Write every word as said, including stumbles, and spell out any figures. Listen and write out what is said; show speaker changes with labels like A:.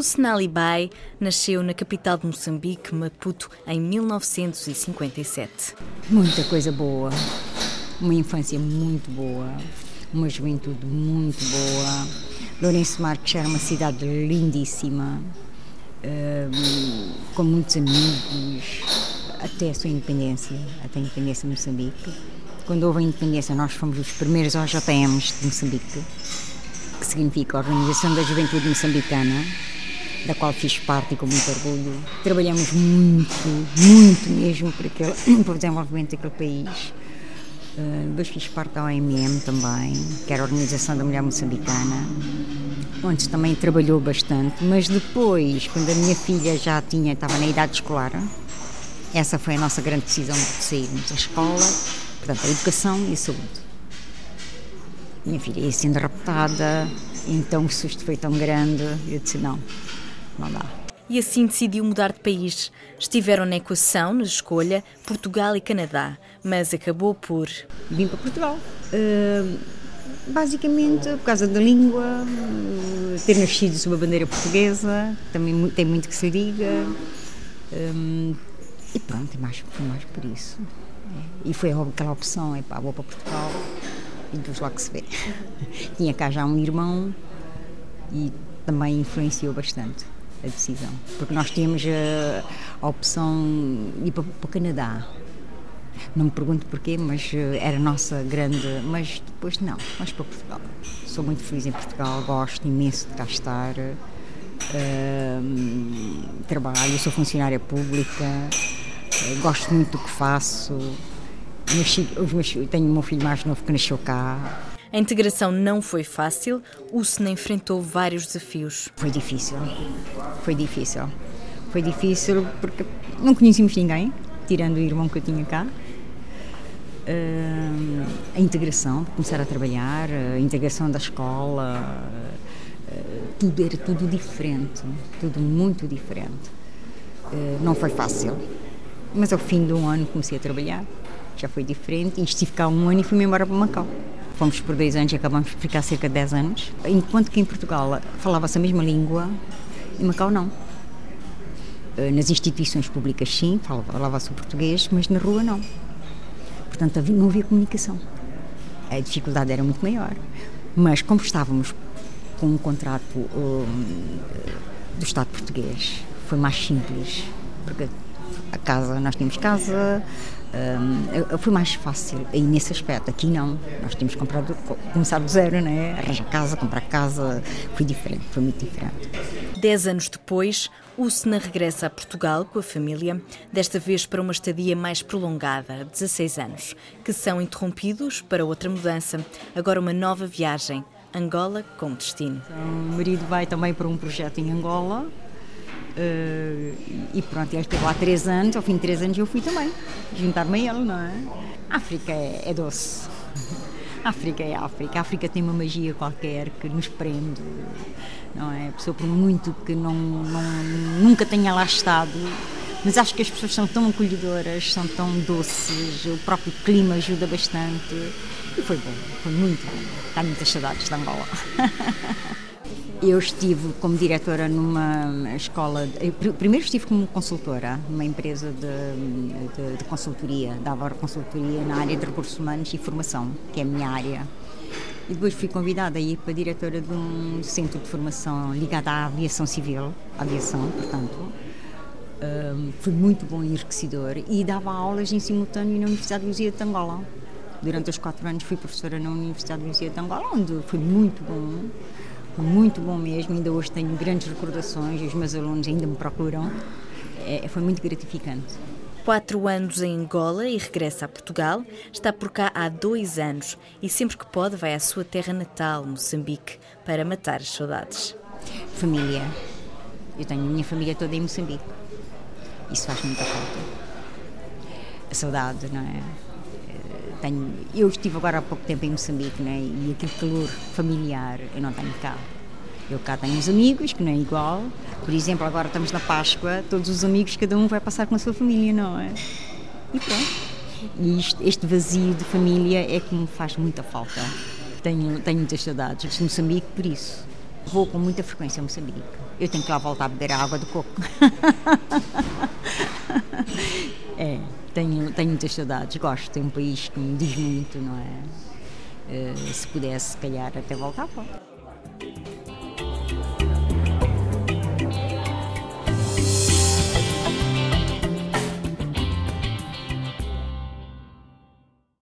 A: Usna Bai nasceu na capital de Moçambique, Maputo, em mil novecentos e cinquenta e sete.
B: Muita coisa boa, uma infância muito boa, uma juventude muito boa. Lourenço Marques era uma cidade lindíssima, com muitos amigos, até a sua independência, até a independência de Moçambique. Quando houve a independência, nós fomos os primeiros O J Ms de Moçambique, que significa a Organização da Juventude Moçambicana, da qual fiz parte e com muito orgulho. Trabalhamos muito, muito mesmo por, aquele, por o desenvolvimento daquele país. Uh, depois fiz parte da O M M também, que era a Organização da Mulher Moçambicana, onde também trabalhou bastante, mas depois, quando a minha filha já tinha, estava na idade escolar, essa foi a nossa grande decisão de sairmos da escola, portanto a educação e a saúde. Minha filha ia sendo raptada, então o susto foi tão grande, eu disse não, não dá.
A: E assim decidiu mudar de país. Estiveram na equação, na escolha, Portugal e Canadá, mas acabou por...
B: Vim para Portugal, uh, basicamente por causa da língua, uh, ter nascido sob a bandeira portuguesa, também tem muito que se diga, um, e pronto, mais, foi mais por isso. E foi aquela opção, é pá, vou para Portugal e depois lá que se vê. Tinha cá já um irmão e também influenciou bastante a decisão, porque nós tínhamos a, a opção de ir para, para o Canadá. Não me pergunto porquê, mas era a nossa grande... Mas depois não, vamos para Portugal. Sou muito feliz em Portugal, gosto imenso de cá estar. Uh, trabalho, sou funcionária pública, uh, gosto muito do que faço. Nasci, os meus, tenho o meu filho mais novo que nasceu cá.
A: A integração não foi fácil, Usna enfrentou vários desafios.
B: Foi difícil, foi difícil. Foi difícil porque não conhecíamos ninguém, tirando o irmão que eu tinha cá. Uh, a integração, começar a trabalhar, a integração da escola, uh, tudo era tudo diferente, tudo muito diferente. Uh, não foi fácil, mas ao fim de um ano comecei a trabalhar, já foi diferente, e estive cá um ano e fui-me embora para Macau. Fomos por dois anos e acabamos por ficar cerca de dez anos, enquanto que em Portugal falava-se a mesma língua, em Macau não. Nas instituições públicas sim, falava-se o português, mas na rua não. Portanto não havia comunicação. A dificuldade era muito maior. Mas como estávamos com um contrato um, do Estado português, foi mais simples, porque a casa, nós tínhamos casa, um, foi mais fácil aí nesse aspecto. Aqui não, nós tínhamos que comprar, começar do zero, né? Arranjar casa, comprar casa, foi diferente, foi muito diferente.
A: Dez anos depois, Usna regressa a Portugal com a família, desta vez para uma estadia mais prolongada, dezasseis anos, que são interrompidos para outra mudança, agora uma nova viagem, Angola como destino.
B: O marido vai também para um projeto em Angola, uh, e pronto, ele esteve lá três anos, ao fim de três anos eu fui também, juntar-me a ele, não é? A África é, é doce. A África é a África. A África tem uma magia qualquer que nos prende, não é? A pessoa, por muito que não, não, nunca tenha lá estado, mas acho que as pessoas são tão acolhedoras, são tão doces, o próprio clima ajuda bastante. E foi bom, foi muito bom. Tenho muitas saudades de Angola. Eu estive como diretora numa escola, primeiro estive como consultora numa empresa de, de, de consultoria, dava consultoria na área de recursos humanos e formação, que é a minha área. E depois fui convidada a ir para a diretora de um centro de formação ligado à aviação civil, aviação, portanto. Um, foi muito bom e enriquecedor e dava aulas em simultâneo na Universidade de Lusíada de Angola. Durante os quatro anos fui professora na Universidade de Lusíada de Angola, onde foi muito bom. Muito bom mesmo, ainda hoje tenho grandes recordações e os meus alunos ainda me procuram, é, foi muito gratificante.
A: Quatro anos em Angola e regressa a Portugal, está por cá há dois anos e sempre que pode vai à sua terra natal, Moçambique, para matar as saudades.
B: Família, eu tenho a minha família toda em Moçambique, isso faz muita falta, a saudade, não é? Tenho, eu estive agora há pouco tempo em Moçambique, né? E aquele calor familiar eu não tenho cá. Eu cá tenho os amigos, que não é igual. Por exemplo, agora estamos na Páscoa, todos os amigos, cada um vai passar com a sua família, não é? E pronto. E isto, este vazio de família é que me faz muita falta. Tenho, tenho muitas saudades de Moçambique por isso. Vou com muita frequência a Moçambique. eu tenho que lá voltar a beber a água do coco. É, tenho, tenho muitas saudades, gosto, é um país que me diz muito, não é? Uh, se pudesse, se calhar, até voltava.